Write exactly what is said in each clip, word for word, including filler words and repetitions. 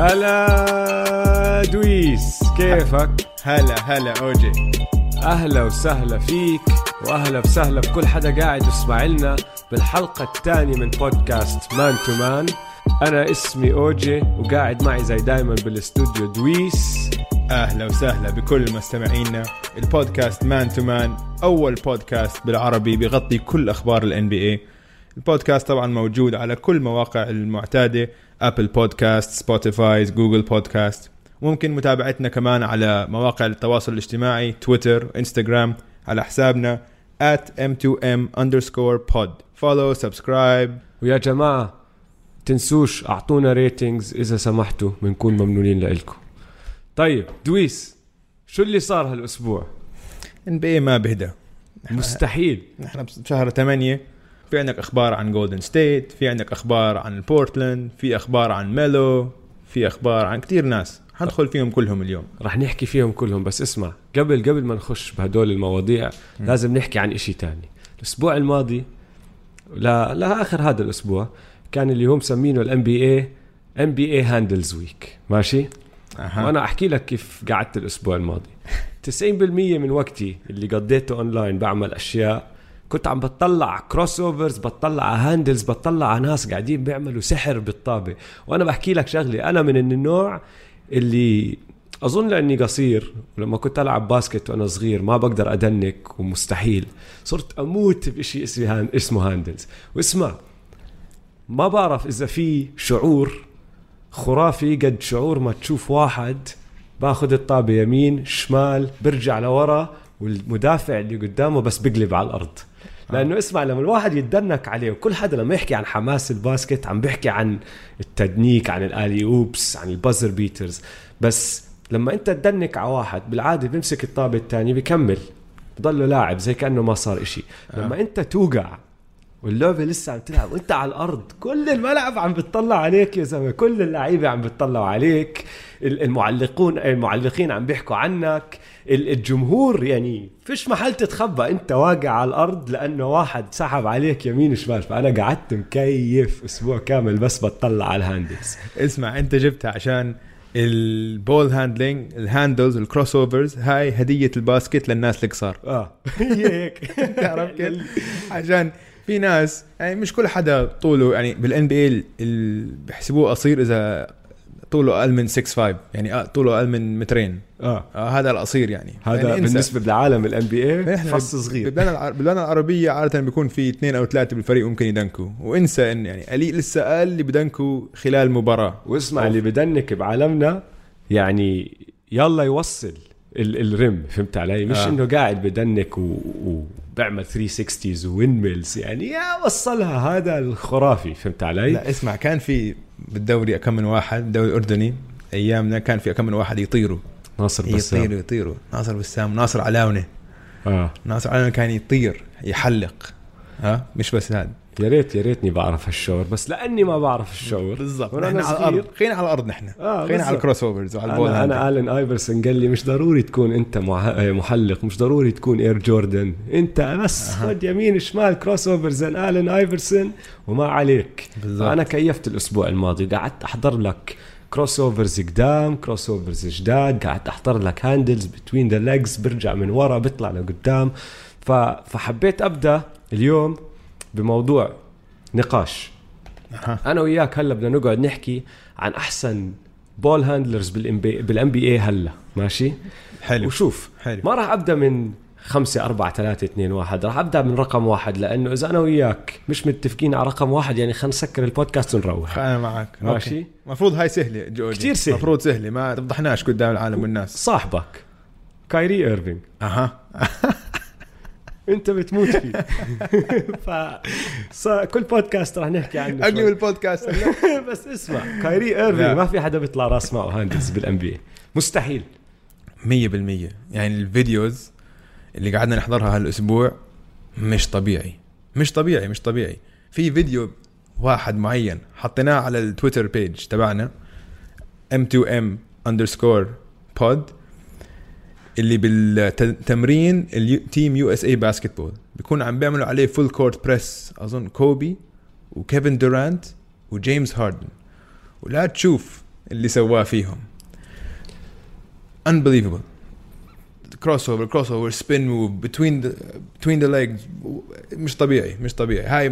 هلا دويس، كيفك؟ هلا هلا أوجي، أهلا وسهلا فيك وأهلا وسهلا بكل حدا قاعد يسمع لنا بالحلقة الثانية من بودكاست مان تو مان. أنا اسمي أوجي وقاعد معي زي دايما بالاستوديو دويس. أهلا وسهلا بكل مستمعينا. البودكاست مان تو مان أول بودكاست بالعربي بيغطي كل أخبار ال إن بي إيه. البودكاست طبعا موجود على كل مواقع المعتادة، أبل بودكاست، سبوتيفاي، جوجل بودكاست. ممكن متابعتنا كمان على مواقع التواصل الاجتماعي، تويتر، انستغرام، على حسابنا at إم تو إم underscore pod. follow, subscribe. ويا جماعة تنسوش أعطونا ريتينجز إذا سمحتوا، بنكون ممنونين لإلكم. طيب دويس، شو اللي صار هالأسبوع؟ إن بي إيه ما بهدى، مستحيل. نحن بشهر ثمانية، في عندك أخبار عن جولدن ستيت، في عندك أخبار عن بورتلاند، في أخبار عن ميلو، في أخبار عن كتير ناس. هندخل فيهم كلهم اليوم، رح نحكي فيهم كلهم. بس اسمع، قبل قبل ما نخش بهدول المواضيع م. لازم نحكي عن إشي تاني. الأسبوع الماضي لا لا آخر هذا الأسبوع كان اللي هم سمينه ال إن بي إيه إن بي إيه Handles Week، ماشي؟ أه. وأنا أحكي لك كيف قعدت الأسبوع الماضي. تسعين بالمية من وقتي اللي قضيته أونلاين بعمل أشياء، كنت عم بتطلع كروس اوفرز، بتطلع على هاندلز، بتطلع على ناس قاعدين بيعملوا سحر بالطابة. وأنا بحكي لك شغلي، أنا من النوع اللي أظن لأني قصير، ولما كنت ألعب باسكت وأنا صغير ما بقدر أدنك، ومستحيل صرت أموت بإشي اسمه هاندلز. واسمع، ما بعرف إذا في شعور خرافي قد شعور ما تشوف واحد باخد الطابة يمين شمال برجع لورا والمدافع اللي قدامه بس بقلب على الأرض. لأنه اسمع، لما الواحد يتدنك عليه، وكل حدا لما يحكي عن حماس الباسكت عم بيحكي عن التدنيك، عن الآلي أوبس، عن البازر بيترز، بس لما أنت تدنك على واحد بالعادة بيمسك الطابة التاني بيكمل بضله لاعب زي كأنه ما صار إشي. لما أنت توقع واللعبة لسه عم تلعب وانت على الأرض، كل الملعب عم بتطلع عليك يا زلمة، كل اللعيبة عم بتطلعوا عليك، المعلقون المعلقين عم بيحكوا عنك، الجمهور يعني فيش محل تتخبى، انت واقع على الأرض لأنه واحد سحب عليك يمين وشمال. فأنا قعدت مكيف أسبوع كامل بس بتطلع على الهاندلز. اسمع، انت جبتها عشان البول هاندلينج، الهاندلز، الكروس اوفرز، هاي هدية الباسكت للناس القصار. اه هيك تعرف كيف؟ عشان في ناس يعني مش كل حدا طوله، يعني بالان بي اي بيحسبوه قصير اذا طوله اقل من ستة خمسة، يعني طوله اقل من مترين. اه, آه هذا القصير يعني. هذا يعني بالنسبه للعالم الان بي اي فص صغير. بالبلدان العربيه عاده بيكون في اثنين او ثلاثه بالفريق ممكن يدنكوا، وانسى ان يعني قليل لسه اقل اللي بدنكوا خلال مباراه. واسمع، اللي بدنك بعالمنا يعني يلا يوصل الرم، فهمت علي؟ مش آه. انه قاعد بدنك و... وبعمل ثلاثمية وستين وين ميلز، يعني يا وصلها، هذا الخرافي، فهمت علي؟ لا اسمع، كان في بالدوري كم من واحد، الدوري الأردني أيامنا كان في كم من واحد يطيروا، ناصر بسام يطيروا يطيروا ناصر بسام، ناصر علاونة. آه. ناصر علاونة كان يطير يحلق. ها مش بس هذا، يا ريت يا ريتني بعرف هالشعور، بس لأني ما بعرف الشعور بالضبط. نحن على الأرض، خلينا على الأرض، نحن آه خلينا على الكروس اوفرز وعلى البول. أنا, أنا آلن آيفرسون قال لي مش ضروري تكون أنت محلق، مش ضروري تكون إير جوردن، أنت بس خد يمين شمال كروس اوفرز آلن آيفرسون وما عليك. أنا كيفت الأسبوع الماضي، قعدت أحضر لك كروس اوفرز قدام، كروس اوفرز جداد، قعدت أحضر لك هاندلز بتوين ذا ليجز، برجع من ورا بيطلع لقدام. فحبيت أبدأ اليوم بموضوع نقاش. أه. أنا وياك هلأ بدنا نقعد نحكي عن أحسن بول هاندلرز بالان بي اي هلأ، ماشي؟ حلو. وشوف، حلو. ما راح أبدأ من خمسة أربعة ثلاثة اثنين واحد، راح أبدأ من رقم واحد، لأنه إذا أنا وياك مش متفقين على رقم واحد يعني خلينا نسكر البودكاست ونروح. أنا معك، ماشي؟ مفروض هاي سهلة جوجي، كتير سهلة، مفروض سهلة، ما تفضحناش قدام العالم والناس. صاحبك كايري إيرفينغ، أها انت بتموت فيه. ف كل بودكاست راح نحكي عنه، اقلب البودكاست. بس اسمع، كايري إيرفينغ ما في حدا بيطلع راس معه هاندلز بالان بي اي، مستحيل. مية بالمية. يعني الفيديوز اللي قعدنا نحضرها هالاسبوع مش طبيعي، مش طبيعي مش طبيعي. في فيديو واحد معين حطيناه على التويتر بيج تبعنا إم تو إم underscore pod، اللي بالتمرين التيم يو اس اي باسكتبول بيكون عم بيعملوا عليه فول كورت بريس، اظن كوبي وكيفن دورانت وجيمس هاردن. ولا تشوف اللي سواه فيهم unbelievable. crossover crossover spin move between the between the legs مش طبيعي مش طبيعي. هاي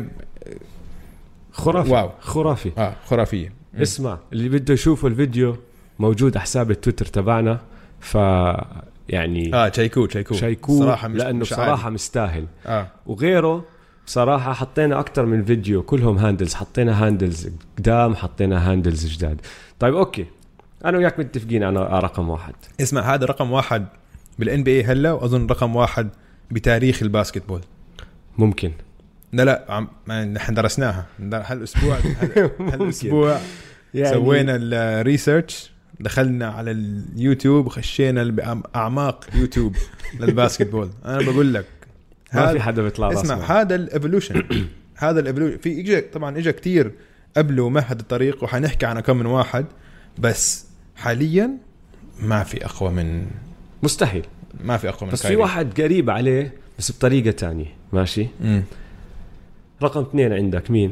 خرافي واو خرافي اه خرافية. اسمع اللي بده يشوفوا الفيديو موجود على حساب التويتر تبعنا ف يعني اه شيكو شيكو شيكو صراحة مش لأنه مش بصراحة عادي. مستاهل. اه وغيره بصراحة حطينا أكتر من فيديو كلهم هاندلز. حطينا هاندلز قدام حطينا هاندلز جداد. طيب أوكي أنا وياك متفقين أنا رقم واحد. اسمع هذا رقم واحد بالان بي اي هلا وأظن رقم واحد بتاريخ الباسكتبول ممكن. لا لا عم نحن درسناها هالأسبوع هالأسبوع يعني سوينا الريسيرش دخلنا على اليوتيوب وخشينا بأعماق يوتيوب للباسكتبول. أنا بقول لك ما في حدا بيطلع راسنا. اسمع هذا الإيفولوشن هذا الإيفولوشن في إجا طبعا إجا كتير قبله مهد الطريق وحنحكي عن كم من واحد بس حاليا ما في أقوى من مستحيل ما في أقوى من بس كايري. في واحد قريب عليه بس بطريقة تانية ماشي. مم. رقم اثنين عندك مين؟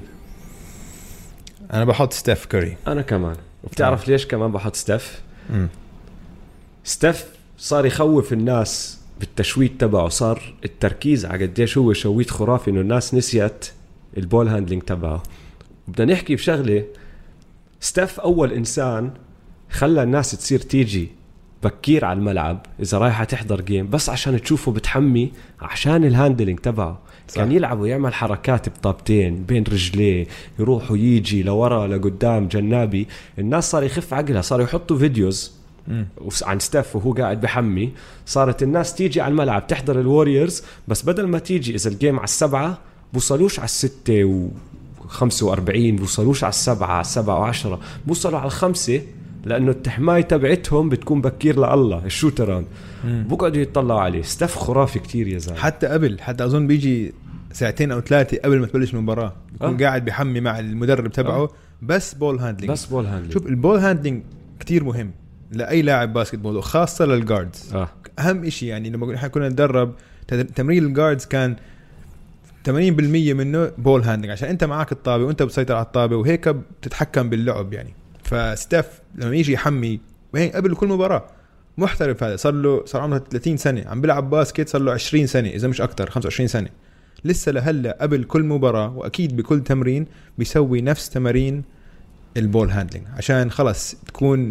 أنا بحط ستيف كوري. أنا كمان. وبتعرف ليش كمان بحط ستيف؟ مم. ستيف صار يخوف الناس بالتشويت تبعه. صار التركيز على قديش هو شويت خرافي إنه الناس نسيت البول هاندلينج تبعه. بدنا نحكي بشغلة ستيف أول إنسان خلى الناس تصير تيجي بكير على الملعب إذا رايحة تحضر جيم بس عشان تشوفه بتحمي عشان الهاندلينج تبعه. صح. كان يلعب ويعمل حركات بطابتين بين رجليه يروح ويجي لورا لقدام جنابي. الناس صار يخف عقلها. صار يحطوا فيديوز مم. عن ستيف وهو قاعد بحمي. صارت الناس تيجي على الملعب تحضر الواريورز بس بدل ما تيجي إذا الجيم على السبعة بوصلوش على الستة و خمسة وأربعين بوصلوش على السبعة على السبعة وعشرة بوصلوا على الخمسة لأنه التحماية تبعتهم بتكون بكير لله الشوتران بقعدوا يتطلعوا عليه. ستيف خرافي كتير يا زلمة. حتى قبل حتى أظن بيجي ساعتين أو ثلاثة قبل ما تبلش المباراة يكون أه؟ قاعد بيحمي مع المدرب تبعه أه؟ بس بول هاندلينج بس بول هاندلينج. شوف البول هاندلينج كتير مهم لأي لاعب باسكتبول وخاصة للجاردز. أه. أهم إشي يعني لما إحنا كنا ندرب تمرين الجاردز كان ثمانين بالمية منه بول هاندلينج عشان أنت معك الطابة وأنت بتسيطر على الطابة وهيك بتتحكم باللعب يعني. فستيف لما يجي يحمي وهي قبل كل مباراة محترف. هذا صار له صار عمره ثلاثين سنة عم بيلعب باسكت. صار له عشرين سنة إذا مش أكتر خمسة وعشرين سنة لسه لهلا قبل كل مباراة وأكيد بكل تمرين بيسوي نفس تمارين البول هاندلينج عشان خلص تكون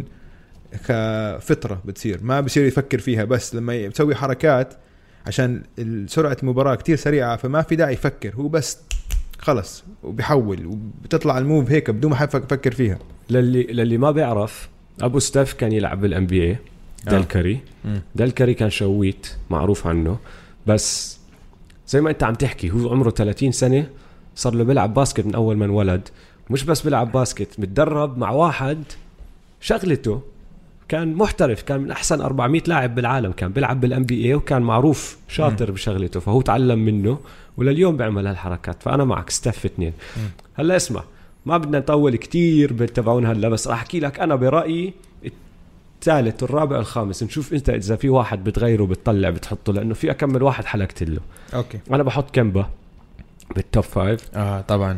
كفطرة بتصير ما بصير يفكر فيها. بس لما بتسوي حركات عشان سرعة المباراة كتير سريعة فما في داعي يفكر هو بس خلص وبيحول وبتطلع الموف هيك بدون ما يفكر فيها. للي للي ما بيعرف أبو ستيف كان يلعب بالان بي اي ديل كاري. ديل كاري كان شويت معروف عنه بس زي ما انت عم تحكي هو عمره ثلاثين سنة صار له بيلعب باسكت من أول ما انولد. مش بس بيلعب باسكت متدرب مع واحد شغلته كان محترف كان من أحسن أربعمية لاعب بالعالم كان بيلعب بالان بي اي وكان معروف شاطر م. بشغلته فهو تعلم منه ولليوم بيعمل هالحركات. فأنا معك ستيف اثنين. هلا اسمع ما بدنا نطول كتير بالتبعون هلا بس راح أحكي لك أنا برأيي الثالث والرابع والخامس نشوف انت إذا في واحد بتغيره بتطلع بتحطه لأنه في أكمل واحد حلقت له. أوكي أنا بحط كمبا بالتوب فايف. آه طبعا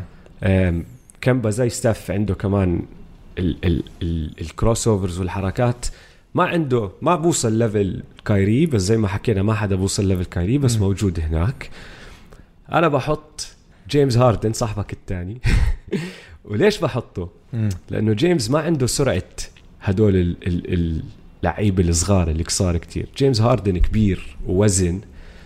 كمبا زي ستيف عنده كمان ال ال ال الكروس اوفرز والحركات ما عنده ما بوصل ليفل كايري بس زي ما حكينا ما حدا بوصل ليفل كايري بس م. موجود هناك. أنا بحط جيمس هاردن صاحبك الثاني. وليش بحطه؟ م. لأنه جيمس ما عنده سرعة هدول اللعيبة الصغار اللي كسار كتير. جيمس هاردن كبير ووزن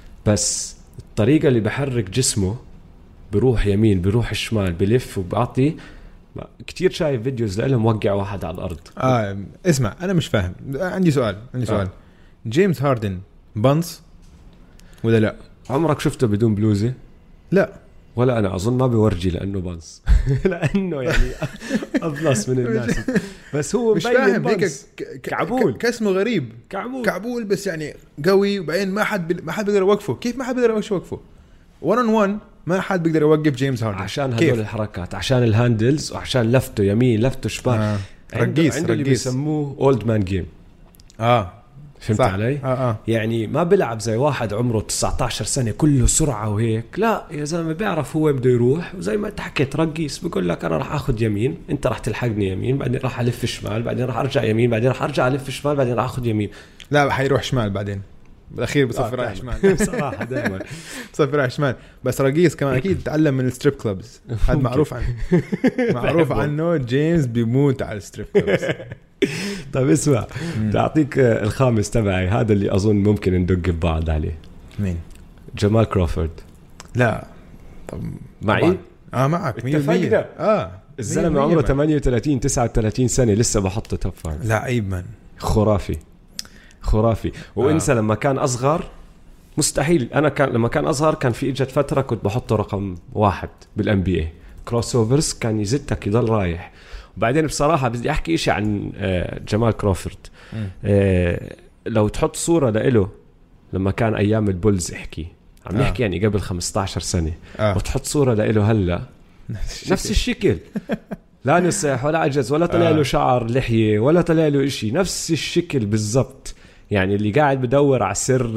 بس الطريقة اللي بحرك جسمه بروح يمين بروح الشمال بلف وبعطي كتير. شايف فيديوز لهم موقع واحد على الأرض. آه اسمع أنا مش فاهم عندي سؤال عندي سؤال آه. جيمس هاردن بانس ولا لا؟ عمرك شفته بدون بلوزة؟ لا ولا أنا أظن ما بيورجي لأنه بانس. لأنه يعني أبلس من الناس بس هو مش فاهم هيك كعبول كاسمه غريب كعبول كعبول بس يعني قوي وبعدين ما حد ما حد بيقدر يوقفه. كيف ما حد بيقدر يوقفه وان اون وان؟ ما حد بيقدر يوقف جيمس هاردن عشان هدول الحركات عشان الهاندلز وعشان لفته يمين لفته شمال. آه. عنده, رقيص عنده اللي بيسموه اولد مان جيم. اه فهمت صح. علي؟ آه آه. يعني ما بيلعب زي واحد عمره تسعة عشر سنة كله سرعة وهيك، لا يا زلمة بيعرف هو بده يروح، وزي ما انت حكيت رقيس بقول لك أنا راح أخذ يمين، أنت راح تلحقني يمين، بعدين راح ألف شمال، بعدين راح أرجع يمين، بعدين راح أرجع ألف شمال، بعدين راح أخذ يمين. لا حيروح شمال بعدين بالاخير بصفي رايح شمال بصراحة دائما بصفي رايح شمال. بس رقيص كمان اكيد تعلم من الستريب كلوبز، هذا معروف عنه معروف عنه جيمس بيموت على الستريب كلوبز. طيب اسمع، تعطيك الخامس تبعي، هذا اللي أظن ممكن ندق ببعض عليه. مين؟ جمال كروفورد. لا طب معي؟ اه معك مية اتفقنا. بالمية. اه الزلمة عمره ثمانية وثلاثين تسعة وثلاثين سنة لسه بحطه توب فايف. لا عيب من خرافي خرافي. وانسى آه. لما كان أصغر مستحيل، أنا كان لما كان أصغر كان في إجت فترة كنت بحطه رقم واحد بالان بي اي كروس اوفرز، كان يزتك يضل رايح. وبعدين بصراحة بدي أحكي إشي عن جمال كروفورد. لو تحط صورة لإله لما كان أيام البولز، احكي عم نحكي آه. يعني قبل خمسة عشر سنة آه. وتحط صورة لإله هلا نفس الشكل لا نصح ولا عجز ولا طلع له آه. شعر لحية ولا طلع له إشي، نفس الشكل بالضبط. يعني اللي قاعد بدور على سر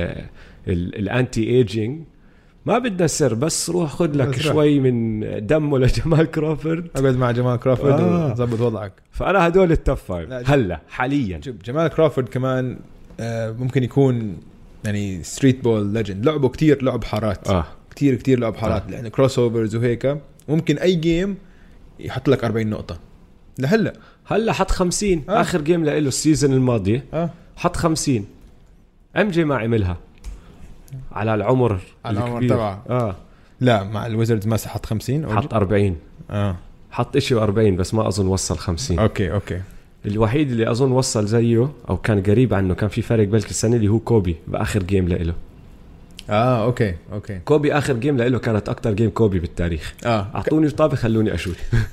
الانتي ايجينج ما بدنا سر، بس روح خد لك شوي من دمه لجمال كروفورد، أقعد مع جمال كروفورد آه. وزبط وضعك. فأنا هدول التوب فايف هلا حاليا. جمال كروفورد كمان آه ممكن يكون يعني ستريت بول ليجند، لعبه كتير لعب حارات آه. كتير كتير لعب حارات آه. لأن كروس اوفرز وهيك ممكن أي جيم يحط لك أربعين نقطة. لهلا هلا حط خمسين آه. آخر جيم له السيزن الماضي آه. حط خمسين. ام جي ما عملها على العمر على العمر تبعه اه لا مع الويزردز ما حط خمسين، حط أربعين اه حط إشي وأربعين بس ما أظن وصل خمسين. اوكي اوكي الوحيد اللي أظن وصل زيه أو كان قريب عنه كان في فرق بلك السنة اللي هو كوبي بآخر جيم لإله. اه اوكي اوكي كوبي آخر جيم لإله كانت أكتر جيم كوبي بالتاريخ. اه أعطوني طابة خلوني أشوف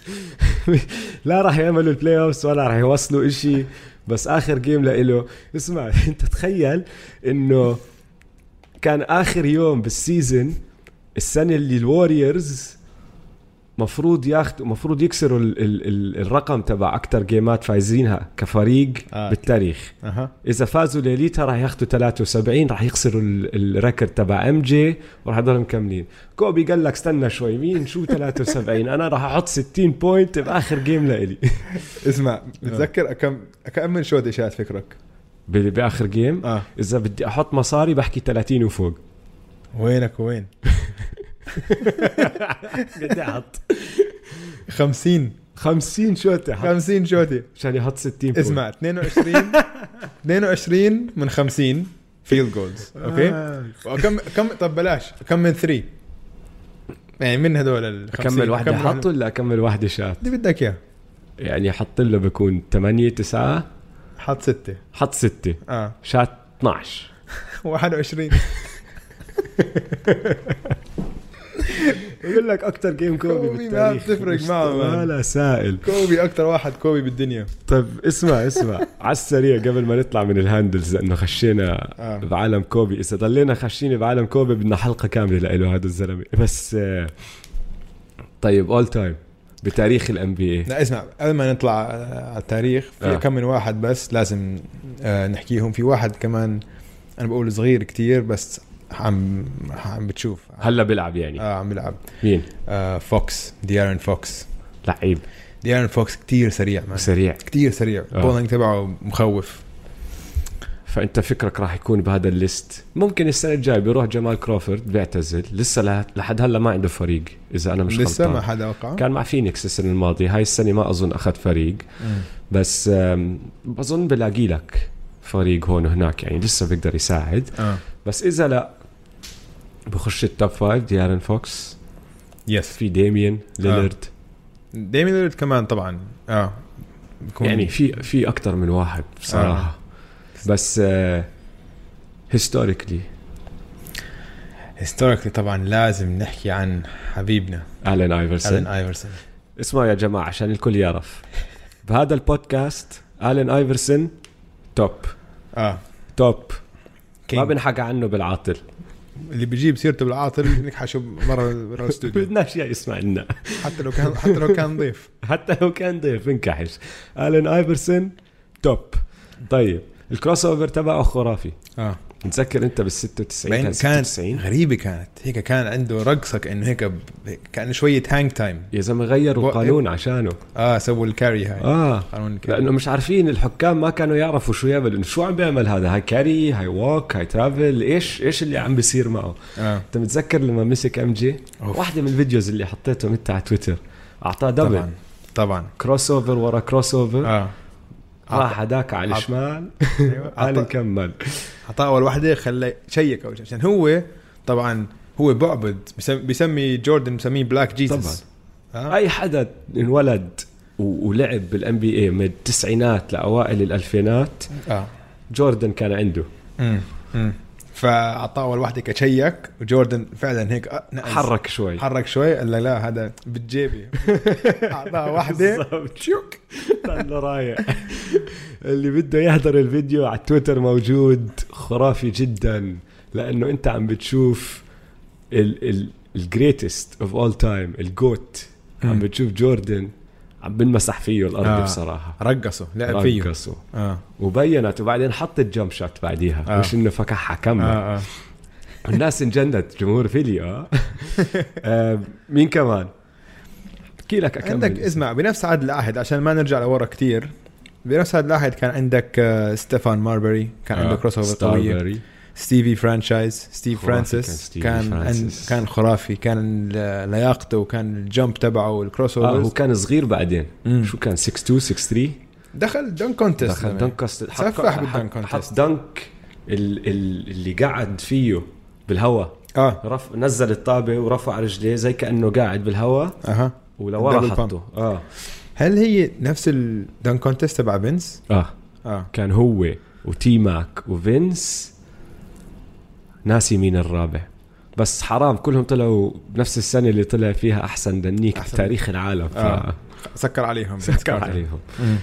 لا راح يعملوا البلاي أوفس ولا راح يوصلوا إشي، بس آخر جيم لإله. اسمع أنت تخيل إنه كان آخر يوم بالسيزن السنة اللي الواريورز مفروض ياخدوا مفروض يكسروا ال ال ال الرقم تبع أكتر جيمات فايزينها كفريق آه. بالتاريخ. أه. إذا فازوا ليلتها راح ياخدوا ثلاثة وسبعين، راح يخسروا الريكورد تبع ام جي وراح يضلوا مكملين. كوبي قال لك استنى شوي، مين شو ثلاثة وسبعين أنا راح أحط ستين بوينت بآخر جيم لإلي. اسمع بتذكر أكم أكمل شو ديشات فكرك بآخر جيم آه. إذا بدي أحط مصاري بحكي ثلاثين وفوق. وينك وين بدي أحط خمسين خمسين شوتي خمسين شوتي عشان يحط ستين بوينت. اسمع اثنين وعشرين اثنين وعشرين من خمسين فيلد جولز اوكي آه. وكم كم طب بلاش كم من ثري يعني من هذول ال اكمل واحده حط ولا اكمل واحده شات اللي بدك اياه يعني حط له بيكون ثمانية تسعة حط ستة حط ستة اه شات اثناشر واحد وعشرين يقول لك اكتر جيم كوبي, كوبي بالتاريخ ما بتفرق معه ولا سائل. كوبي اكتر واحد كوبي بالدنيا. طيب اسمع اسمع على السريع قبل ما نطلع من الهاندلز انه خشينا آه. بعالم كوبي. اذا ضلينا خشينا بعالم كوبي بدنا حلقه كامله له هذا الزلمه بس. آه طيب اول تايم بتاريخ الام بي اي. لا اسمع قبل ما نطلع على التاريخ في آه. كم من واحد بس لازم آه نحكيهم. في واحد كمان انا بقول صغير كتير بس عم عم بتشوف هلا بيلعب يعني اه عم بيلعب. مين؟ آه فوكس ديارن فوكس. لعيب ديارن فوكس كتير سريع مان. سريع كتير سريع آه. البولينج تبعه مخوف. فانت فكرك راح يكون بهذا الليست. ممكن السنه الجايه بيروح جمال كروفورد بيعتزل. لسه لحد هلا ما عنده فريق اذا انا مش غلطان. لسه ما حدا وقع. كان مع فينيكس السنه الماضيه. هاي السنه ما اظن اخذ فريق م. بس بظن بلاقي لك فريق هون وهناك يعني لسه بيقدر يساعد آه. بس اذا لا بخش التوب فايف. ديارن فوكس يس. في ديميان ليلرد. آه. ديميان ليلرد كمان طبعا اه يعني في في اكتر من واحد بصراحه آه. بس هيستوريكلي uh, هيستوريكلي طبعا لازم نحكي عن حبيبنا آلين آيفرسون. آلين آيفرسون اسمعوا يا جماعه عشان الكل يعرف بهذا البودكاست آلين آيفرسون توب اه توب ما بنحكى عنه بالعاطل. اللي بيجيب سيرته بالعاطل نكحشه برا برا الاستوديو. بدناش يا يسمع لنا حتى لو كان حتى لو كان ضيف حتى لو كان ضيف بنكحش. آلين آيفرسون توب. طيب الكروس اوفر تبعه خرافي. اه نتذكر انت بالستة وتسعين كان كانت ستة وتسعين غريبة، كانت هيك كان عنده رقصة كأنه هيك ب... كأنه شوية هانج تايم. يا زلمه غيروا قانون عشانه. اه سووا الكاري هاي. اه قانون الكاري. لانه مش عارفين الحكام، ما كانوا يعرفوا شو يعمل، انه شو عم بيعمل هذا، هاي كاري هاي ووك هاي ترافل، ايش ايش اللي عم بيصير معه. آه. انت متذكر لما مسك ام جي واحدة من الفيديوز اللي حطيتهم انت على تويتر، اعطاه دبل طبعا طبعا كروس اوفر ورا كروس اوفر. اه راح هداك على الشمال على نكمل عطاه اول وحده خلى شيك اول شيء عشان هو طبعا هو بعبد بيسمي جوردن بسميه بلاك جيسس. طبعا آه. اي حدا انولد ولعب بالان بي اي من التسعينات لاوائل الالفينات اه جوردن كان عنده. امم امم فعطاه اول وحده كشيك وجوردن فعلا هيك حرك شوي حرك شوي قال لا هذا بالجيبي اعطاه وحده شوك طلع رايح. اللي بده يحضر الفيديو على تويتر موجود، خرافي جدا، لانه انت عم بتشوف ال الجريتست اوف اول تايم، الجوت، عم بتشوف جوردن عم بنمسح فيه الارض. آه. بصراحه رقصه لعب فيه رقصه اه وبينت، وبعدين حط الجمب شوت بعديها. آه. مش انه فكحها كمل. آه. آه. الناس انجنت، جمهور فيلي. اه, آه. مين كمان احكي لك أكمل. عندك اسمع بنفس عهد العهد عشان ما نرجع لورا كتير، بنفس عهد العهد كان عندك آه ستيفان ماربري كان عنده آه. كروس اوفر قويه. ستيفي فرانشايز ستيف فرانسيس كان كان, كان خرافي، كان لياقته وكان الجمب تبعه والكروس اوفر. اه هو كان صغير بعدين. مم. شو كان ستة اثنين ستة ثلاثة دخل دنك كونتست، دخل دنك كونتست، سفح بالدنك كونتست، حط دنك ال ال اللي قاعد فيه بالهواء. اه رف نزل الطابه ورفع رجليه زي كانه قاعد بالهواء. اها ولورا حطه. اه هل هي نفس الدنك كونتست تبع فينس؟ اه اه كان هو وتي ماك وفينس، ناسي مين الرابع، بس حرام كلهم طلعوا بنفس السنة اللي طلع فيها أحسن دنيك أحسن بتاريخ العالم. ف... آه. سكر عليهم سكر عليهم.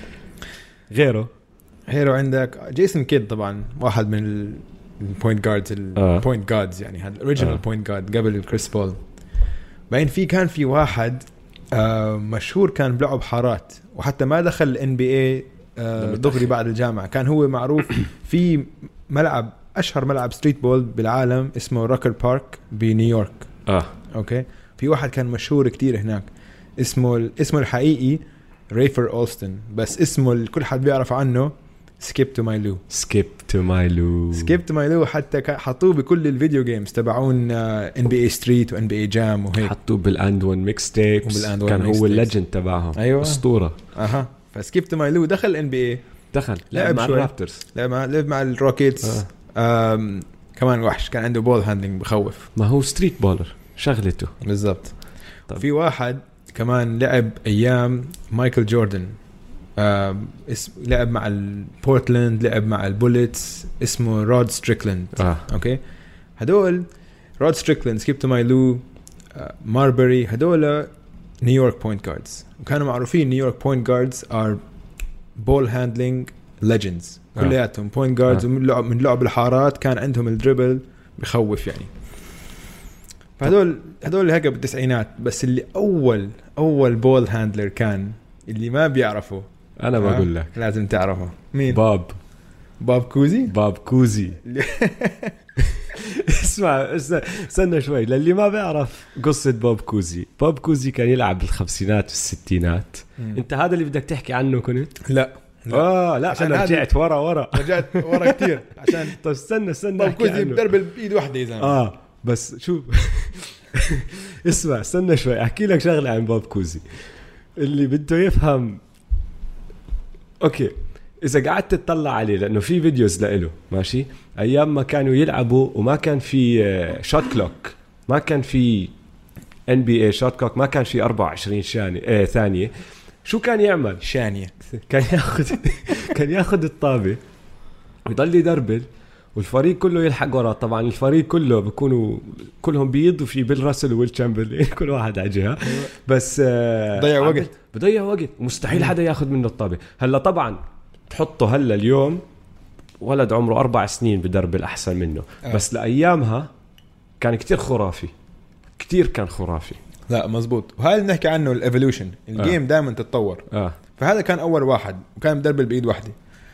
غيره غيره عندك جيسون كيد طبعا، واحد من البوينت جاردز البوينت جاردز يعني هذا الاوريجينال بوينت جارد قبل كريس بول. بعدين في كان في واحد آه مشهور كان بلعب حارات وحتى ما دخل الان بي اي آه دغري بعد الجامعة، كان هو معروف في ملعب أشهر ملعب ستريت بول بالعالم اسمه روكر بارك بنيويورك. آه. أوكي في واحد كان مشهور كتير هناك اسمه اسمه الحقيقي ريفر أولستن، بس اسمه كل حد بيعرف عنه سكيب تو ماي لو. سكيب تو ماي لو سكيب تو ماي لو حتى حطوه بكل الفيديو جيمز تبعون ان بي اي ستريت وان بي اي جام وهيك، حطوه بالاند ون ميكس تيبس، كان هو الليجند تبعهم. أيوة. أسطورة. أها فسكيب تو ماي لو دخل ان بي اي، دخل لعب مع الرابترز، لعب مع لعب مع الروكيتس. آه. كمان وحش، كان عنده بول هاندلنج بخوف. ما هو ستريت بولر شغلته بالضبط. في واحد كمان لعب ايام مايكل جوردن، آه اسم لعب مع البورتلاند، لعب مع البوليتس، اسمه رود ستريكلاند. آه. اوكي هدول رود ستريكلاند، سكيب تو ماي لو، آه ماربري، هدول نيويورك بوينت جاردز، وكانوا معروفين نيويورك بوينت جاردز ار بول هاندلنج ليجندز كلياتهم. بوينت جاردز من لعب من لعب الحارات كان عندهم الدريبل بخوف يعني. فهدول هدول هيك بالتسعينات. بس اللي اول اول بول هاندلر كان اللي ما بيعرفه انا بقول لك لازم تعرفه مين. باب باب كوزي. باب كوزي. اسمع استنى شوي للي ما بيعرف قصة باب كوزي. باب كوزي كان يلعب بالخمسينات والستينات. م. انت هذا اللي بدك تحكي عنه كنت؟ لا لا. اه لا عشان انا رجعت ورا ورا رجعت ورا كتير عشان طب استنى استنى باب كوزي بدرب بايد واحده يا زلمه. اه بس شوف اسمع استنى شوي احكي لك شغله عن باب كوزي اللي بده يفهم. اوكي اذا قعدت تطلع عليه لانه في فيديوز له ماشي ايام ما كانوا يلعبوا وما كان في شوت كلوك، ما كان في ان بي اي شوت كلوك، ما كان في أربعة وعشرين ثانيه ايه ثانيه. شو كان يعمل؟ شانيه كان ياخذ كان ياخذ الطابه ويضل يدربل والفريق كله يلحق وراه. طبعا الفريق كله بيكونوا كلهم بيض وفي بيل راسل ويل تشامبرلين كل واحد على جهه، بس بضيع وقت بضيع وقت ومستحيل حدا ياخذ منه الطابه. هلا طبعا تحطه هلا اليوم ولد عمره أربع سنين بدربل أحسن منه. آه. بس لأيامها كان كتير خرافي، كتير كان خرافي. لا مزبوط. وهذا اللي نحكي عنه الإيفولوشن. الجيم آه. دائما تتطور. آه. فهذا كان أول واحد وكان بدربل بإيد واحدة.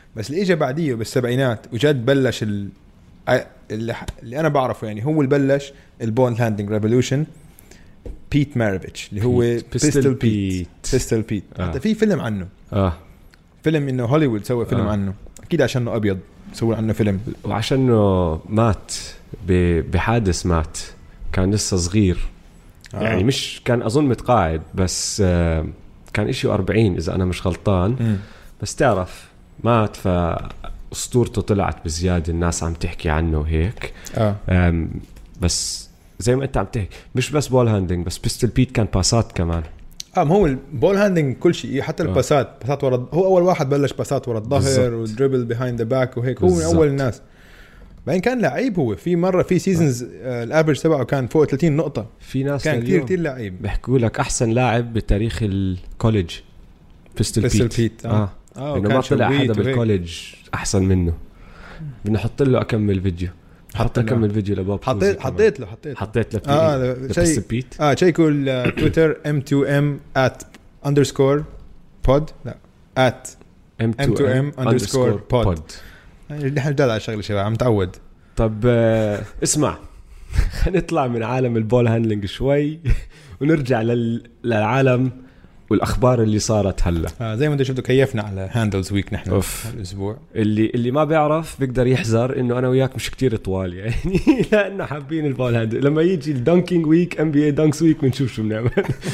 بس اللي اجى بعديه بالسبعينات وجد بلش ال... اللي, اللي انا بعرفه يعني هو اللي بلش البول هاندلنج ريفولوشن بيت مارفيتش اللي هو بيستل بيت بيستل بيت حتى في فيلم عنه اه فيلم انه هوليوود سوى فيلم آه. عنه اكيد عشانه ابيض سووا عنه فيلم وعشانه مات بحادث مات كان لسه صغير آه. يعني مش كان اظن متقاعد بس آه كان اشي أربعين اذا انا مش غلطان م. بس تعرف مات فاسطورته طلعت بزياده الناس عم تحكي عنه وهيك آه. بس زي ما انت عم تحكي مش بس بول هاندلنج بس بيستل بيت كان باسات كمان اه هو البول هاندلنج كل شيء حتى الباسات باسات ورا هو اول واحد بلش باسات ورا الظهر ودريبل بيهايند ذا باك وهيك هو من اول الناس بعدين كان لعيب هو في مره في سيزونز آه الافرج تبعه كان فوق ثلاثين نقطه في ناس كان كثير كثير لعيب بيحكوا لك احسن لاعب بتاريخ الكوليج بيستل بيت, بيت. اه, آه. انه ما طلع حدا بالكوليج احسن منه بدنا نحط له اكمل فيديو حط اكمل فيديو لباب حطيت حطيت له حطيت حطيت له اه شيء اه شيكوا تويتر ام تو ام at underscore pod لا at ام تو ام underscore pod اللي احنا جداد على الشغله شباب عم تعود. طب آه اسمع نطلع من عالم البول هاندلنج شوي ونرجع لل... للعالم والاخبار اللي صارت هلا. آه زي ما انتم شفتوا كيفنا على هاندلز ويك نحن الاسبوع. اللي اللي ما بيعرف بيقدر يحذر انه انا وياك مش كتير طوال يعني لانه حابين البول هاندل. لما يجي الدانكينج ويك ام بي اي دانكس ويك بنشوف شو بنعمل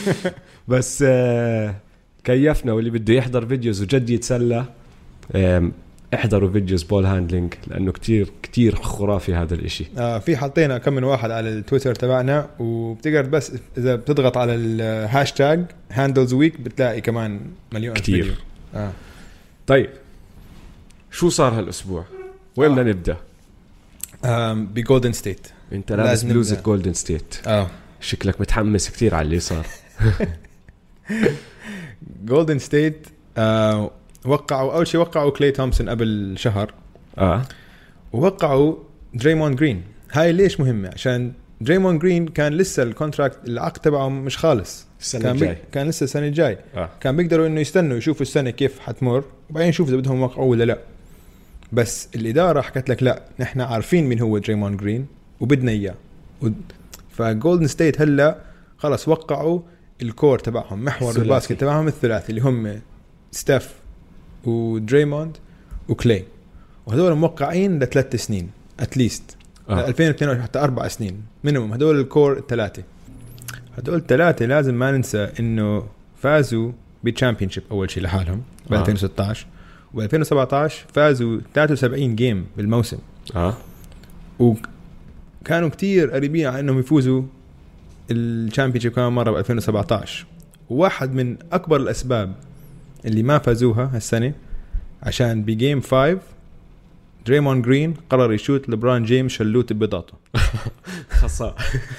بس آه كيفنا واللي بده يحضر فيديوز وجد يتسلى آه احضروا فيديوز بول هاندلنج لانه كتير كتير خرافي هذا الاشي. آه في حطينا كم من واحد على التويتر تبعنا وبتقدر بس اذا بتضغط على الهاشتاج هاندلز ويك بتلاقي كمان مليون كتير فيديو. آه. طيب شو صار هالاسبوع وين بدنا آه. نبدا؟ آم بجولدن ستيت. انت لابس بلوزة جولدن ستيت اه شكلك متحمس كتير على اللي صار. جولدن ستيت آه وقعوا أول شيء وقعوا كلاي تومسون قبل شهر آه ووقعوا دريمون جرين. هاي ليش مهمة؟ عشان دريمون جرين كان لسه الكونتراكت العقد تبعه مش خالص السنة كان الجاي كان لسه السنة الجاي آه. كان بيقدروا إنه يستنوا يشوفوا السنة كيف حتمر وبعدين يشوفوا إذا بدهم يوقعوا ولا لا. بس الإدارة حكت لك لا نحن عارفين مين هو دريمون جرين وبدنا إياه و... فجولدن ستيت هلا خلاص وقعوا الكور تبعهم محور الباسكت تبعهم الثلاثي اللي هم ستيف ودريموند وكلاي وهذول موقعين لثلاث سنين اتليست آه. ألفين واثنين حتى أربع سنين منهم هذول الكور الثلاثة. هذول الثلاثة لازم ما ننسى إنه فازوا بالشامبيونشيب أول شيء لحالهم ب ألفين وستة عشر و ألفين وسبعة عشر فازوا ثلاثة وسبعين جيم بالموسم آه. وكانوا كتير قريبين على إنهم يفوزوا الشامبيونشيب كمان مرة ب ألفين وسبعة عشر. وواحد من أكبر الأسباب اللي ما فازوها هالسنة عشان بجيم فايف دريمون جرين قرر يشوت لبران جيمس شلوت ببطاطه خصا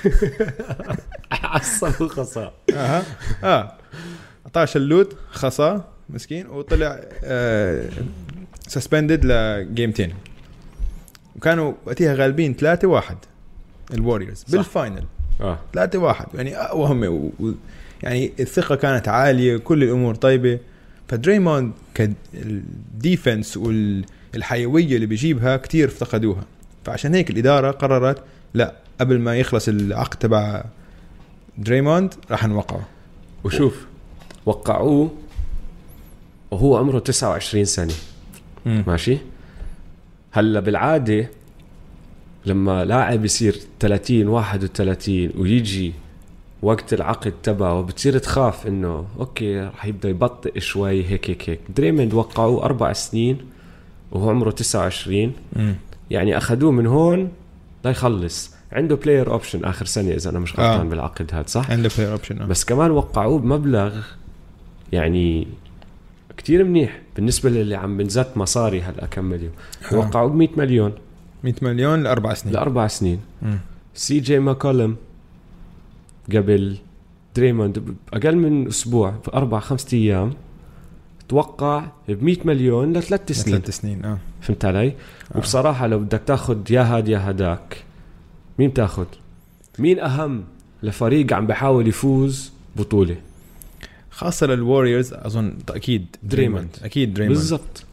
عصب خصا اه اه عطاه شلوت خصا مسكين وطلع آه سسبندد لجيمتين وكانوا وقتها غالبين ثلاثة واحد الواريورز بالفاينل اه ثلاثة واحد يعني وهم و... يعني الثقة كانت عالية كل الأمور طيبة. فدريموند كالديفنس والحيوية اللي بيجيبها كتير افتقدوها فعشان هيك الإدارة قررت لا قبل ما يخلص العقد تبع دريموند راح نوقعه. وشوف وقعوه وهو عمره تسعة وعشرين سنة م. ماشي. هلا بالعادة لما لاعب يصير ثلاثين واحد وثلاثين ويجي وقت العقد تبعه بتصير تخاف انه اوكي راح يبدا يبطئ شوي هيك هيك هيك. دريموند وقعوا اربع سنين وهو عمره تسعة وعشرين م. يعني اخذوه من هون لا يخلص. عنده بلاير اوبشن اخر سنه اذا انا مش غلطان آه. بالعقد هذا صح عنده بلاير اوبشن آه. بس كمان وقعوه بمبلغ يعني كتير منيح بالنسبه للي عم بنزت مصاري هلا كم مليون آه. وقعوه ب مية مليون مية مليون لاربع سنين لاربع سنين م. سي جي ماكولم قبل دريموند أقل من أسبوع في أربع خمسة أيام توقع بمئة مليون لثلاث سنين ثلاث سنين آه. فهمت علي؟ آه. وبصراحة لو بدك تاخد يا هاد يا هداك مين تاخد؟ مين أهم لفريق عم بحاول يفوز بطولة خاصة للواريورز أظن أكيد دريموند أكيد دريموند بالضبط.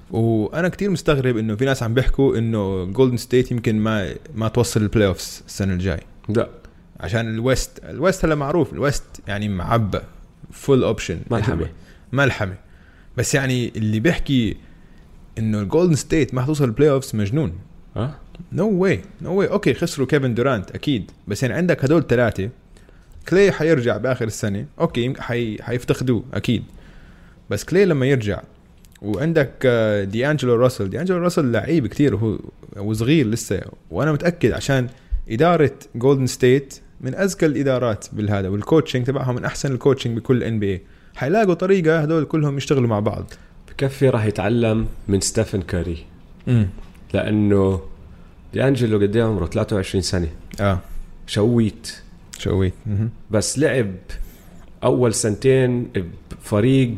وانا كتير مستغرب انه في ناس عم بيحكوا انه جولدن ستيت يمكن ما ما توصل البلاي اوفز السنه الجاي. لا عشان الويست الويست هلا معروف الويست يعني معبى فول اوبشن ملحمه ملحمه. بس يعني اللي بيحكي انه الجولدن ستيت ما حتوصل البلاي اوفز مجنون. اه نو واي نو واي. اوكي خسروا كيفن دورانت اكيد، بس يعني عندك هدول ثلاثه. كلاي حيرجع باخر السنه اوكي حي حيفتقدوه اكيد، بس كلاي لما يرجع وعندك دي أنجلو راسل دي أنجلو راسل لعيب كتير وهو وصغير لسه، وانا متاكد عشان اداره جولدن ستيت من اذكى الادارات بالهذا، والكوتشنج تبعهم من احسن الكوتشنج بكل ان بي اي. حيلاقوا طريقه هدول كلهم يشتغلوا مع بعض. بكفي راح يتعلم من ستيفن كاري. امم لانه دي أنجلو قد ايه عمره ثلاثة وعشرين سنه. اه شويت شويت مم. بس لعب اول سنتين بفريق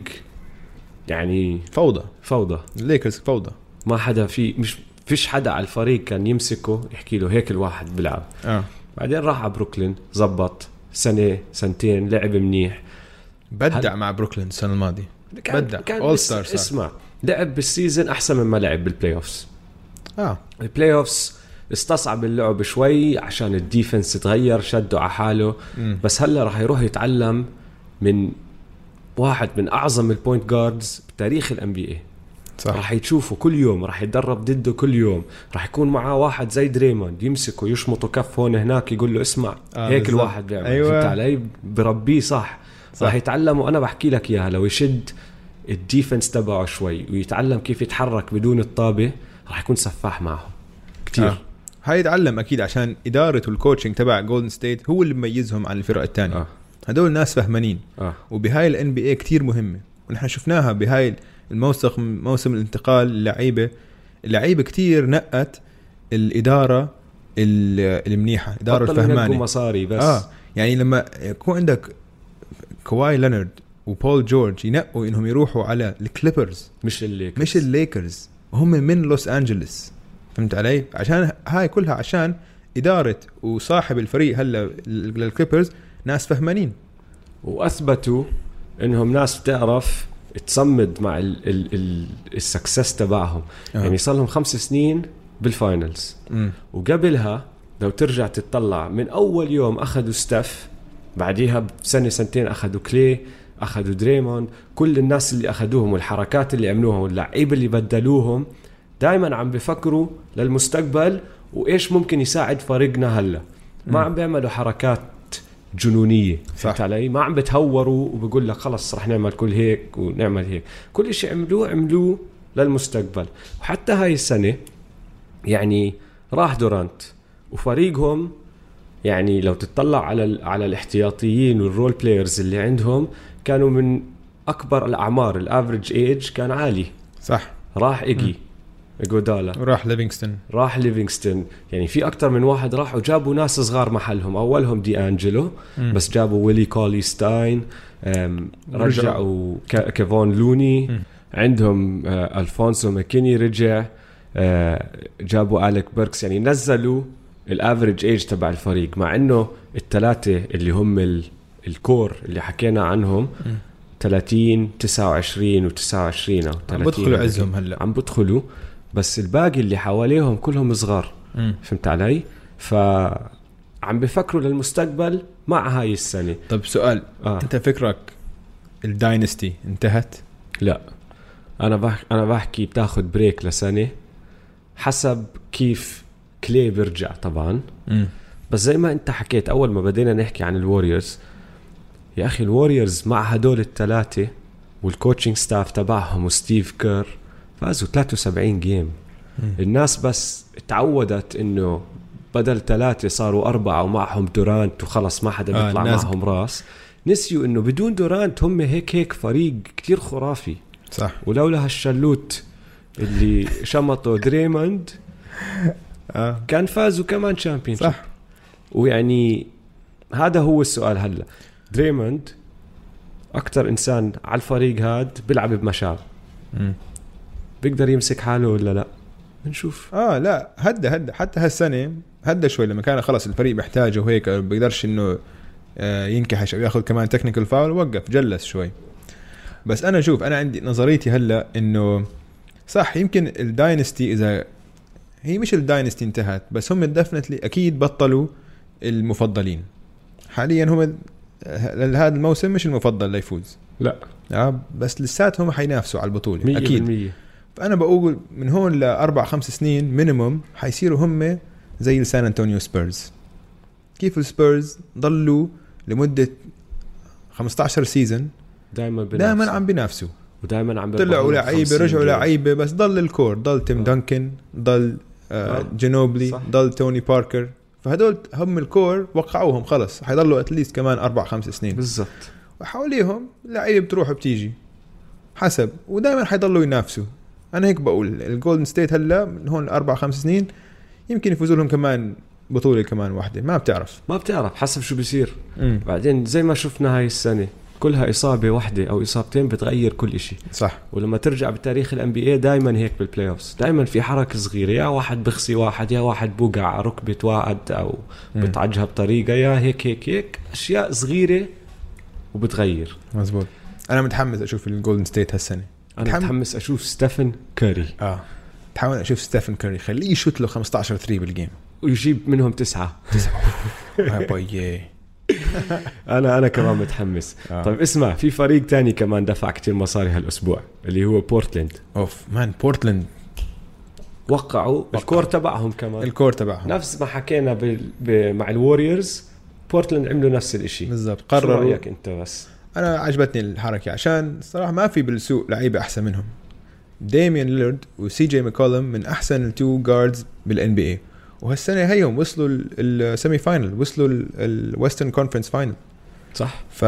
يعني فوضى فوضى الليكرز فوضى. ما حدا في مش فيش حدا على الفريق كان يمسكه يحكي له هيك الواحد بيلعب. اه بعدين راح على بروكلين زبط سنة سنتين لعب منيح. بدع هل... مع بروكلين السنة الماضية كان بدع كان اول ستار. اسمع لعب بالسيزن احسن مما لعب بالبلاي اوفز. اه البلاي اوفز استصعب اللعب شوي عشان الديفنس تغير شده على حاله. م. بس هلا راح يروح يتعلم من واحد من اعظم البوينت جاردز بتاريخ الام بي اي. صح. راح يشوفه كل يوم، راح يتدرب ضده كل يوم، راح يكون معاه واحد زي دريموند يمسكه يشمطه كف هون هناك يقول له اسمع آه هيك بالزبط. الواحد بيعمل أيوة. علي بربيه صح, صح. راح يتعلم، وانا بحكي لك اياها لو يشد الديفنس تبعه شوي ويتعلم كيف يتحرك بدون الطابة راح يكون سفاح معهم كتير. آه. هاي يتعلم اكيد عشان اداره والكوتشنج تبع جولدن ستيت هو اللي بيميزهم عن الفرق الثانيه. آه. هدول ناس فهمانين. آه. وبهاي الان بي اي كتير مهمه، ونحن شفناها بهاي الموسم موسم الانتقال. اللعيبه اللعيبه كتير نقت الاداره المنيحه، اداره الفهمانه مصاري بس. اه يعني لما يكون عندك كواي لينارد وبول جورج ينقوا انهم يروحوا على الكليبرز مش الليكرز مش الليكرز وهم من لوس أنجلس. فهمت علي؟ عشان هاي كلها عشان إدارة وصاحب الفريق هلا للكليبرز ناس فهمانين وأثبتوا إنهم ناس بتعرف تصمد مع السكسس تبعهم. آه. يعني صار لهم خمس سنين بالفاينلز م. وقبلها لو ترجع تتطلع من أول يوم أخذوا ستاف، بعديها بسنة سنتين أخذوا كلي، أخذوا دريموند، كل الناس اللي أخذوهم والحركات اللي عملوها واللعيبة اللي بدلوهم دائما عم بفكروا للمستقبل وإيش ممكن يساعد فريقنا هلا. ما عم بيعملوا حركات جنونية. فهمت علي؟ ما عم بتهوروا وبقول لك خلص رح نعمل كل هيك ونعمل هيك. كل شيء عملوه عملوه للمستقبل. وحتى هاي السنة يعني راح دورانت وفريقهم يعني لو تطلع على على الاحتياطيين والرول بلايرز اللي عندهم كانوا من أكبر الأعمار، الافريج ايج كان عالي. صح. راح إيجي إيجودالا، راح ليفينغستون راح ليفينغستون يعني في أكتر من واحد راح وجابوا ناس صغار محلهم. أولهم دي أنجلو م. بس جابوا ويلي كولي ستاين، رجعوا كيفون لوني م. عندهم ألفونسو ماكيني رجع، جابوا أليك بيركس. يعني نزلوا الافريج ايج تبع الفريق مع انه الثلاثه اللي هم الكور اللي حكينا عنهم م. ثلاثين تسعة وعشرين وتسعة وعشرين او عم بدخلوا عزهم هلا عم بدخلوا، بس الباقي اللي حواليهم كلهم صغار. م. فهمت علي؟ فعم بفكروا للمستقبل مع هاي السنه. طب سؤال آه. انت فكرك الداينستي انتهت؟ لا انا بحكي انا بحكي بتاخذ بريك لسنه حسب كيف كلي بيرجع طبعا. م. بس زي ما انت حكيت اول ما بدينا نحكي عن الواريورز، يا اخي الواريورز مع هدول الثلاثه والكوتشنج ستاف تبعهم وستيف كير فازوا ثلاثة وسبعين جيم. م. الناس بس تعودت انه بدل ثلاثه صاروا اربعه ومعهم دورانت وخلص ما حدا بيطلع آه معهم راس. نسيوا انه بدون دورانت هم هيك هيك فريق كتير خرافي. صح. ولولا هالشلوت اللي شمطوا دريموند آه. كان فازوا كمان شامبيون. صح. ويعني هذا هو السؤال هلا. دريموند أكتر إنسان على الفريق هاد بيلعب بمشاعر، بيقدر يمسك حاله ولا لا؟ بنشوف. آه لا هدى هدى حتى هالسنة هدى شوي لما كان خلص الفريق محتاجه وهيك بيقدرش إنه ينكحش أو يأخذ كمان تكنيكال فاول، وقف جلس شوي. بس أنا شوف أنا عندي نظريتي هلا إنه صح. يمكن الداينستي اذا هي مش الداينستي انتهت، بس هم دفنتلي اكيد بطلوا المفضلين. حاليا هم هذا الموسم مش المفضل ليفوز، لا آه بس لساتهم حينافسوا على البطولة مية اكيد بالمية. فانا بقول من هون لاربع خمس سنين مينيموم حيصيروا هم زي السان انطونيو سبيرز. كيف السبيرز ضلوا لمدة خمسة عشر سيزن دائما دائما عم بينافسوا، ودائما عم طلعوا لعيبه رجعوا لعيبه، بس ضل الكور، ضل تيم دانكن، ضل آه جنوبلي، صح. ضل توني باركر. فهدول هم الكور وقعوهم خلص، حيضلوا اتليست كمان أربع خمس سنين بالضبط. وحواليهم لعيبه بتروح وبتيجي حسب، ودائما حيضلوا ينافسوا. انا هيك بقول الجولدن ستيت هلا من هون أربع خمس سنين يمكن يفوزوا لهم كمان بطوله كمان واحده، ما بتعرف ما بتعرف حسب شو بيصير. مم. بعدين زي ما شفنا هاي السنه كلها إصابة واحدة أو إصابتين بتغير كل إشي. صح. ولما ترجع بتاريخ ال إن بي إيه دايما هيك بالبلاي أوفس، دايما في حركة صغيرة، يا واحد بخسي واحد، يا واحد بوقع ركبة واحد أو م. بتعجها بطريقة، يا هيك هيك هيك أشياء صغيرة وبتغير. مزبوط. أنا متحمس أشوف الجولدن ستيت هالسنة. أنا متحمس, متحمس أشوف ستيفن كاري. آه تحاول أشوف ستيفن كاري، خليه يشوت له خمسة عشر ثري بالجيم ويجيب منهم تسعة. تسعة. يا باي. أنا أنا كمان متحمس. آه. طيب اسمع، في فريق تاني كمان دفع كتير مصاري هالأسبوع اللي هو بورتلاند. أوف مان بورتلاند وقعوا وقع. الكور تبعهم كمان الكور تبعهم نفس ما حكينا ب... ب... مع الواريورز. بورتلاند عملوا نفس الاشي بالضبط. قرروا. شو رأيك انت؟ بس انا عجبتني الحركه عشان الصراحه ما في بالسوق لعيبه احسن منهم. ديميان ليلارد وسي جي ماكولم من احسن التو جاردز بالان بي اي، وهالسنه هيهم وصلوا السيمي فاينل، وصلوا الويسترن كونفرنس فاينل. صح. ف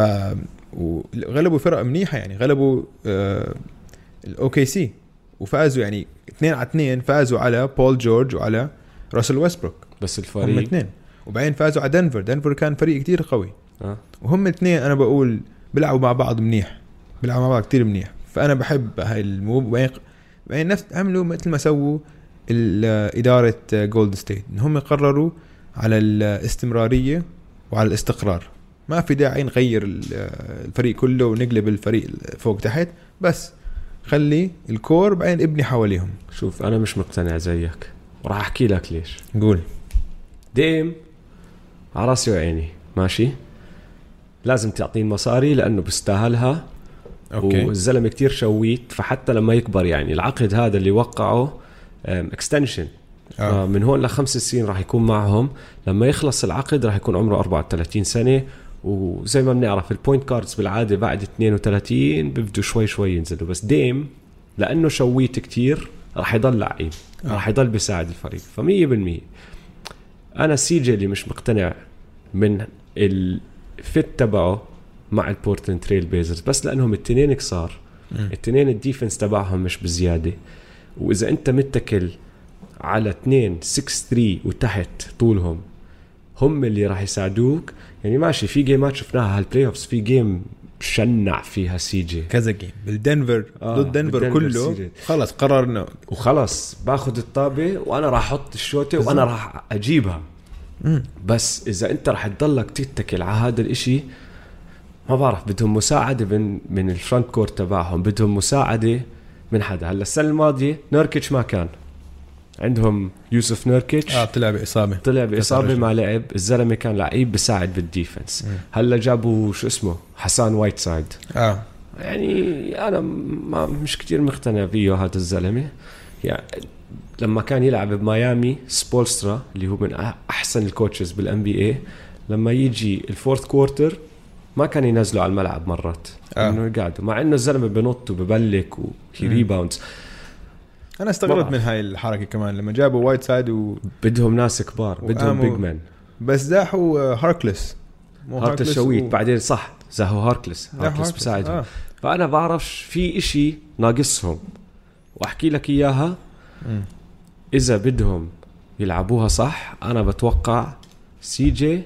وغلبوا فرق منيحه يعني، غلبوا آه الاوكي سي وفازوا يعني اثنين على اثنين، فازوا على بول جورج وعلى راسل ويستبروك. بس الفريق هم اثنين، وبعدين فازوا على دنفر. دنفر كان فريق كتير قوي. أه. وهم اثنين انا بقول بيلعبوا مع بعض منيح، بيلعبوا مع بعض كتير منيح. فانا بحب هاي الموب. وبعدين نفس عملوا مثل ما سووا إدارة جولد ستيت، إن هم قرروا على الاستمرارية وعلى الاستقرار. ما في داعي نغير الفريق كله ونقلب الفريق فوق تحت، بس خلي الكور بعدين ابني حواليهم. شوف أنا مش مقتنع زيك، وراح أحكي لك ليش. قول. ديم على راسي وعيني، ماشي، لازم تعطين مصاري لأنه بيستاهلها. أوكي. والزلمة كتير شويت، فحتى لما يكبر يعني العقد هذا اللي وقعه اكستنشن آه. من هون لخمس سنين راح يكون معهم. لما يخلص العقد راح يكون عمره أربعة وثلاثين سنة، وزي ما بنعرف البوينت كاردز بالعادة بعد اثنين وثلاثين بيبدوا شوي شوي ينزلوا. بس ديم لأنه شويت كتير راح يضل لعيب، آه. راح يضل بيساعد الفريق. فمية بالمية أنا سيجي اللي مش مقتنع من الفت تبعه مع البورتلاند تريل بليزرز، بس لأنهم التنين كسار، التنين الديفنس تبعهم مش بزيادة. وإذا أنت متكل على اثنين ستة ثلاثة وتحت طولهم هم اللي راح يساعدوك. يعني ماشي في جيمات شفناها هالبلاي أوفس، في جيم شنع فيها سي جي كذا جيم بالدنفر آه ضد دنفر كله سيجي. خلص قررنا وخلص باخد الطابة وأنا راح أحط الشوطة وأنا راح أجيبها. مم. بس إذا أنت راح تضلك تتكل على هذا الإشي ما بعرف، بدهم مساعدة من من الفرونت كورت تبعهم، بدهم مساعدة من حدا. هلا السنة الماضية نوركيتش ما كان عندهم، يوسف نوركيتش اه طلع بإصابة طلع بإصابة ما لعب. الزلمة كان لعيب بساعد بالديفنس. هلا جابوا شو اسمه حسان وايت سايد. اه يعني أنا ما مش كتير مقتنع فيه هذا الزلمة. يعني لما كان يلعب بميامي سبولسترا اللي هو من أحسن الكوتشز بالان بي اي، لما يجي الفورث كوارتر ما كان ينزلوا على الملعب مرات آه. انه يقعدوا، مع انه الزلمه بنط وببلك وهي ريباوندز. انا استغربت من هاي الحركه كمان لما جابوا وايت سايد و... بدهم ناس كبار، بدهم بيج مان. بس زاحوا هاركلس هاركلس شويت و... بعدين صح زاحوا هاركلس هاركلس بساعدهم. آه. فانا بعرفش في اشي ناقصهم واحكي لك اياها. م. اذا بدهم يلعبوها صح انا بتوقع سي جي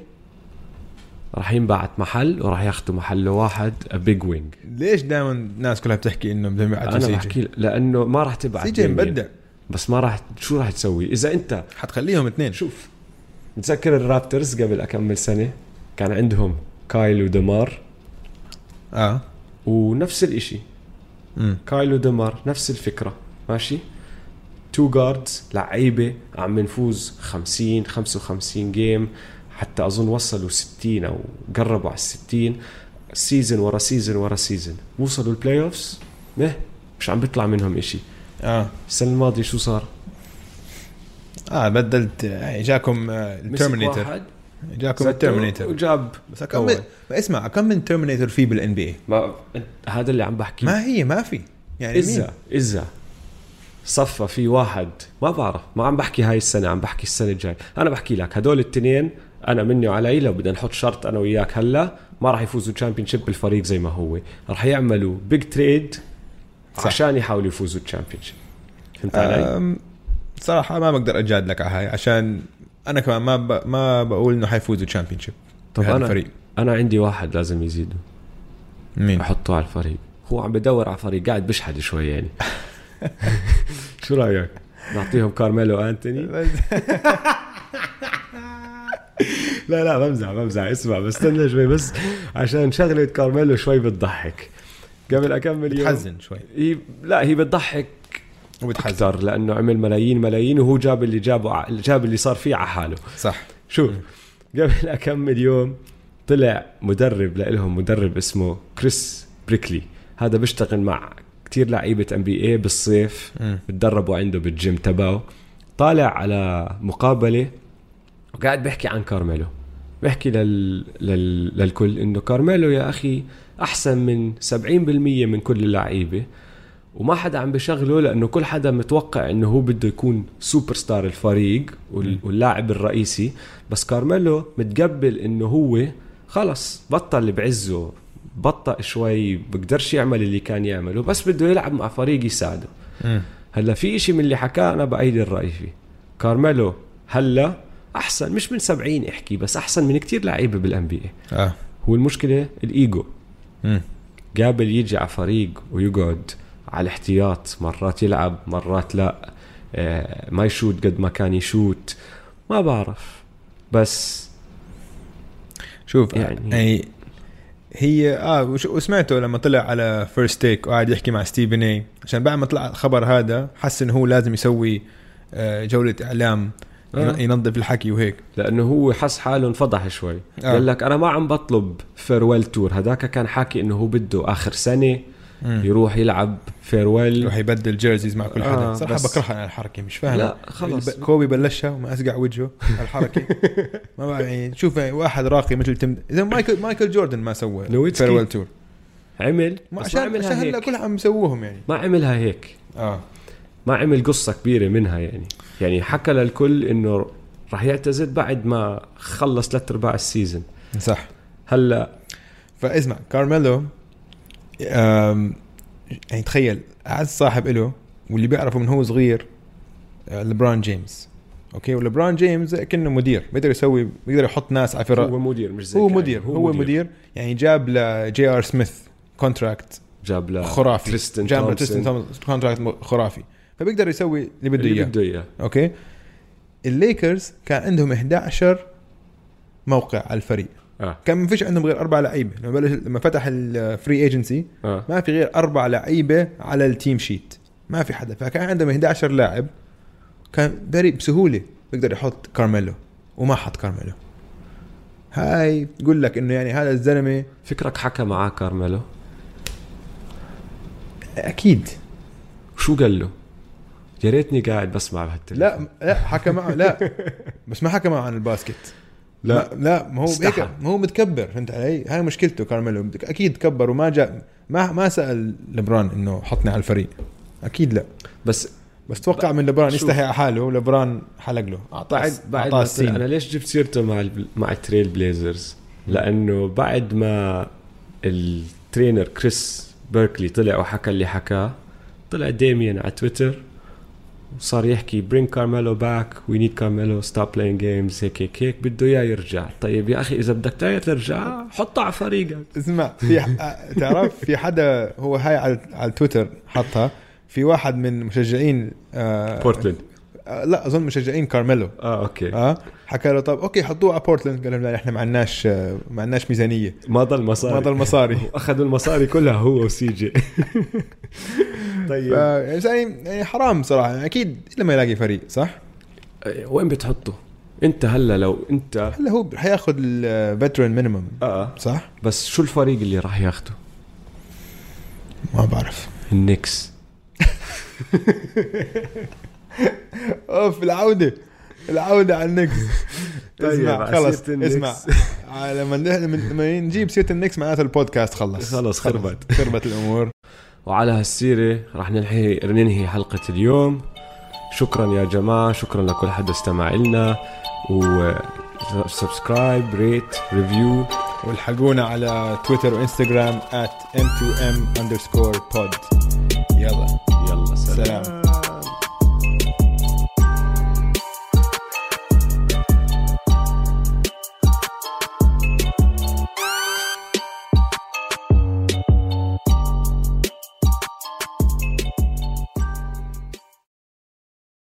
راح ينبعت محل وراح ياخدوا محله واحد بيج وينج. ليش دائما الناس كلها بتحكي انه بدهم يبعتوا سي جي؟ انا بحكي لانه ما راح تبعت سي جي مبدع، بس ما راح. شو راح تسوي اذا انت حتخليهم اثنين؟ شوف متذكر الرابترز قبل اكمل سنه كان عندهم كايل ودمار اه ونفس الاشي. م. كايل ودمار نفس الفكره، ماشي تو جاردز لعيبة عم نفوز خمسين خمسة وخمسين جيم حتى أظن وصلوا ستين أو قربوا على الستين سيزن ورا سيزن ورا سيزن وصلوا البلاي أوفس مه مش عم بيطلع منهم إشي. اه السنة الماضية شو صار؟ اه بدلت يعني جاكم الترمينيتر جاكم الترمينيتر وجاب بس كم ما اسمع كم من ترمينيتر في بالان بي اي ما هذا اللي عم بحكي ما هي ما في يعني إذا إذا صفى في واحد ما بعرف ما عم بحكي هاي السنة عم بحكي السنة الجاي. أنا بحكي لك هدول التنين أنا مني وعلي لو بدنا نحط شرط أنا وياك هلا ما راح يفوزوا تشامبيونشيب بالفريق زي ما هو راح يعملوا بيج تريد عشان يحاولوا يفوزوا تشامبيونشيب. فهمت علي؟ صراحة ما بقدر أجادلك على هاي عشان أنا كمان ما ب... ما بقول إنه حيفوزوا تشامبيونشيب. طب أنا الفريق. أنا عندي واحد لازم يزيده. مين؟ أحطه على الفريق. هو عم بدور على فريق قاعد بشحد شوي يعني. شو رأيك؟ نعطيهم كارميلو أنتوني. لا لا بمزح بمزح اسمع بس استنى شوي بس عشان شغلة كارميلو شوي بتضحك قبل أكمل يوم. بتحزن شوي. هي لا هي بتضحك وبتحذر لأنه عمل ملايين ملايين وهو جاب اللي جابه جاب اللي صار فيه على حاله. صح. شوف قبل أكمل يوم طلع مدرب لإلهم مدرب اسمه كريس بريكلي. هذا بيشتغل مع كتير لعيبة إن بي إيه بالصيف بتدربوا عنده بالجيم تبعه. طالع على مقابلة وقاعد بحكي عن كارميلو بحكي لل... لل... للكل إنه كارميلو يا أخي أحسن من سبعين بالمية من كل اللعيبة وما حدا عم بشغله لأنه كل حدا متوقع إنه هو بده يكون سوبر ستار الفريق واللاعب الرئيسي. بس كارميلو متقبل إنه هو خلص بطل بعزه بطأ شوي بقدرش يعمل اللي كان يعمله بس بده يلعب مع فريق يساعده. هلا في إشي من اللي حكاه أنا بأيد الرأي فيه. كارميلو هلا أحسن مش من سبعين احكي بس أحسن من كتير لعيبة بالان بي اي. آه. هو المشكلة الإيجو. مم. قابل يجي على فريق ويقعد على الاحتياط مرات يلعب مرات لا آه ما يشوت قد ما كان يشوت ما بعرف بس شوف يعني, يعني هي اه وسمعته لما طلع على فيرست تيك وقاعد يحكي مع ستيفن اي عشان بعد ما طلع الخبر هذا حس انه هو لازم يسوي آه جولة اعلام آه. ينظف الحكي وهيك لانه هو حس حاله انفضح شوي. آه. قال لك انا ما عم بطلب فيرويل تور. هذاك كان حاكي انه هو بده اخر سنة مم. يروح يلعب فيرويل يروح يبدل جيرزيز مع كل حدا. آه صراحة بكرهها الحركة مش فاهم. لا خلص كوبي بلشها وما أسقع وجهه الحركة ما بعرف يعني شوف واحد راقي مثل تم إذا مايكل مايكل جوردن ما سوى فيرويل تور عمل ما عشان عملها هيك كلها عم يسووهم يعني ما عملها هيك. آه ما عمل قصة كبيرة منها يعني يعني حكى للكل إنه راح يعتزل بعد ما خلص ثلاث أرباع السيزن. صح. هلا فاسمع كارميلو يعني تخيل أعز صاحب له واللي بيعرفه من هو صغير ليبرون جيمس. أوكي وليبرون جيمس كأنه مدير بيقدر يسوي بيقدر يحط ناس على فرق. هو مدير مش زي هو مدير هو, هو مدير. مدير يعني جاب لجي آر سميث كونتراكت جاب له خرافي تريستن جاب له تريستن كونتراكت خرافي فبيقدر يسوي اللي بده إياه. إياه. أوكي الليكرز كان عندهم إحدى عشر موقع على الفريق. آه. كان ما فيش عندهم غير أربع لعيبة لما بلش لما فتح الفري ايجنسي آه. ما في غير أربع لعيبة على التيم شيت ما في حدا فكان عندهم إحدى عشر لاعب كان بري بسهولة بيقدر يحط كارميلو وما حط كارميلو. هاي تقول لك إنه يعني هذا الزلمة فكرك حكى معاه كارميلو أكيد. شو قال له؟ يا ريتني قاعد بسمع بهالتليفون. لا لا حكى معه لا بس ما حكى معه عن الباسكت. لا لا ما هو هيك ما هو متكبر فهمت علي. هاي مشكلته كارميلو اكيد تكبر وما جاء ما ما سأل ليبرون انه حطني على الفريق اكيد لا بس بس توقع من ليبرون يستحي على حاله ليبرون حلق له بعد بعد انا ليش جبت سيرته مع مع التريل بليزرز لانه بعد ما الترينر كريس بيركلي طلع وحكى اللي حكاه طلع ديميان على تويتر وصار يحكي bring Carmelo back we need Carmelo stop playing games هيك هيك هيك بده اياه يرجع. طيب يا اخي اذا بدك ترجع حطه على فريقك. اسمع في تعرف في حدا هو هاي على على تويتر حطها في واحد من مشجعين آه بورتلاند آه لا اظن مشجعين كارميلو اه اوكي اه حكى له طب اوكي حطوه على بورتلاند قال لهم لا احنا ما عندناش آه ما عندناش ميزانيه ما ضل مصاري ما ضل مصاري اخذوا المصاري كلها هو وسي جي. طيب يعني يعني حرام صراحه اكيد لما يلاقي فريق صح. وين بتحطه انت هلا؟ لو انت هلا هو حياخذ الفيترن مينيمم اه صح، بس شو الفريق اللي راح ياخده؟ ما بعرف. النكس. اوف العوده العوده على النكس. اسمع خلص اسمع لما لما نجيب سيره النكس معناته البودكاست خلص خلص خربت خربت الامور. وعلى هالسيره راح ننهي ننهي حلقه اليوم. شكرا يا جماعه، شكرا لكل حد استمع لنا، وسبسكرايب ريت ريفيو، والحقونا على تويتر وانستغرام at m two m underscore pod. يلا يلا سلام, سلام.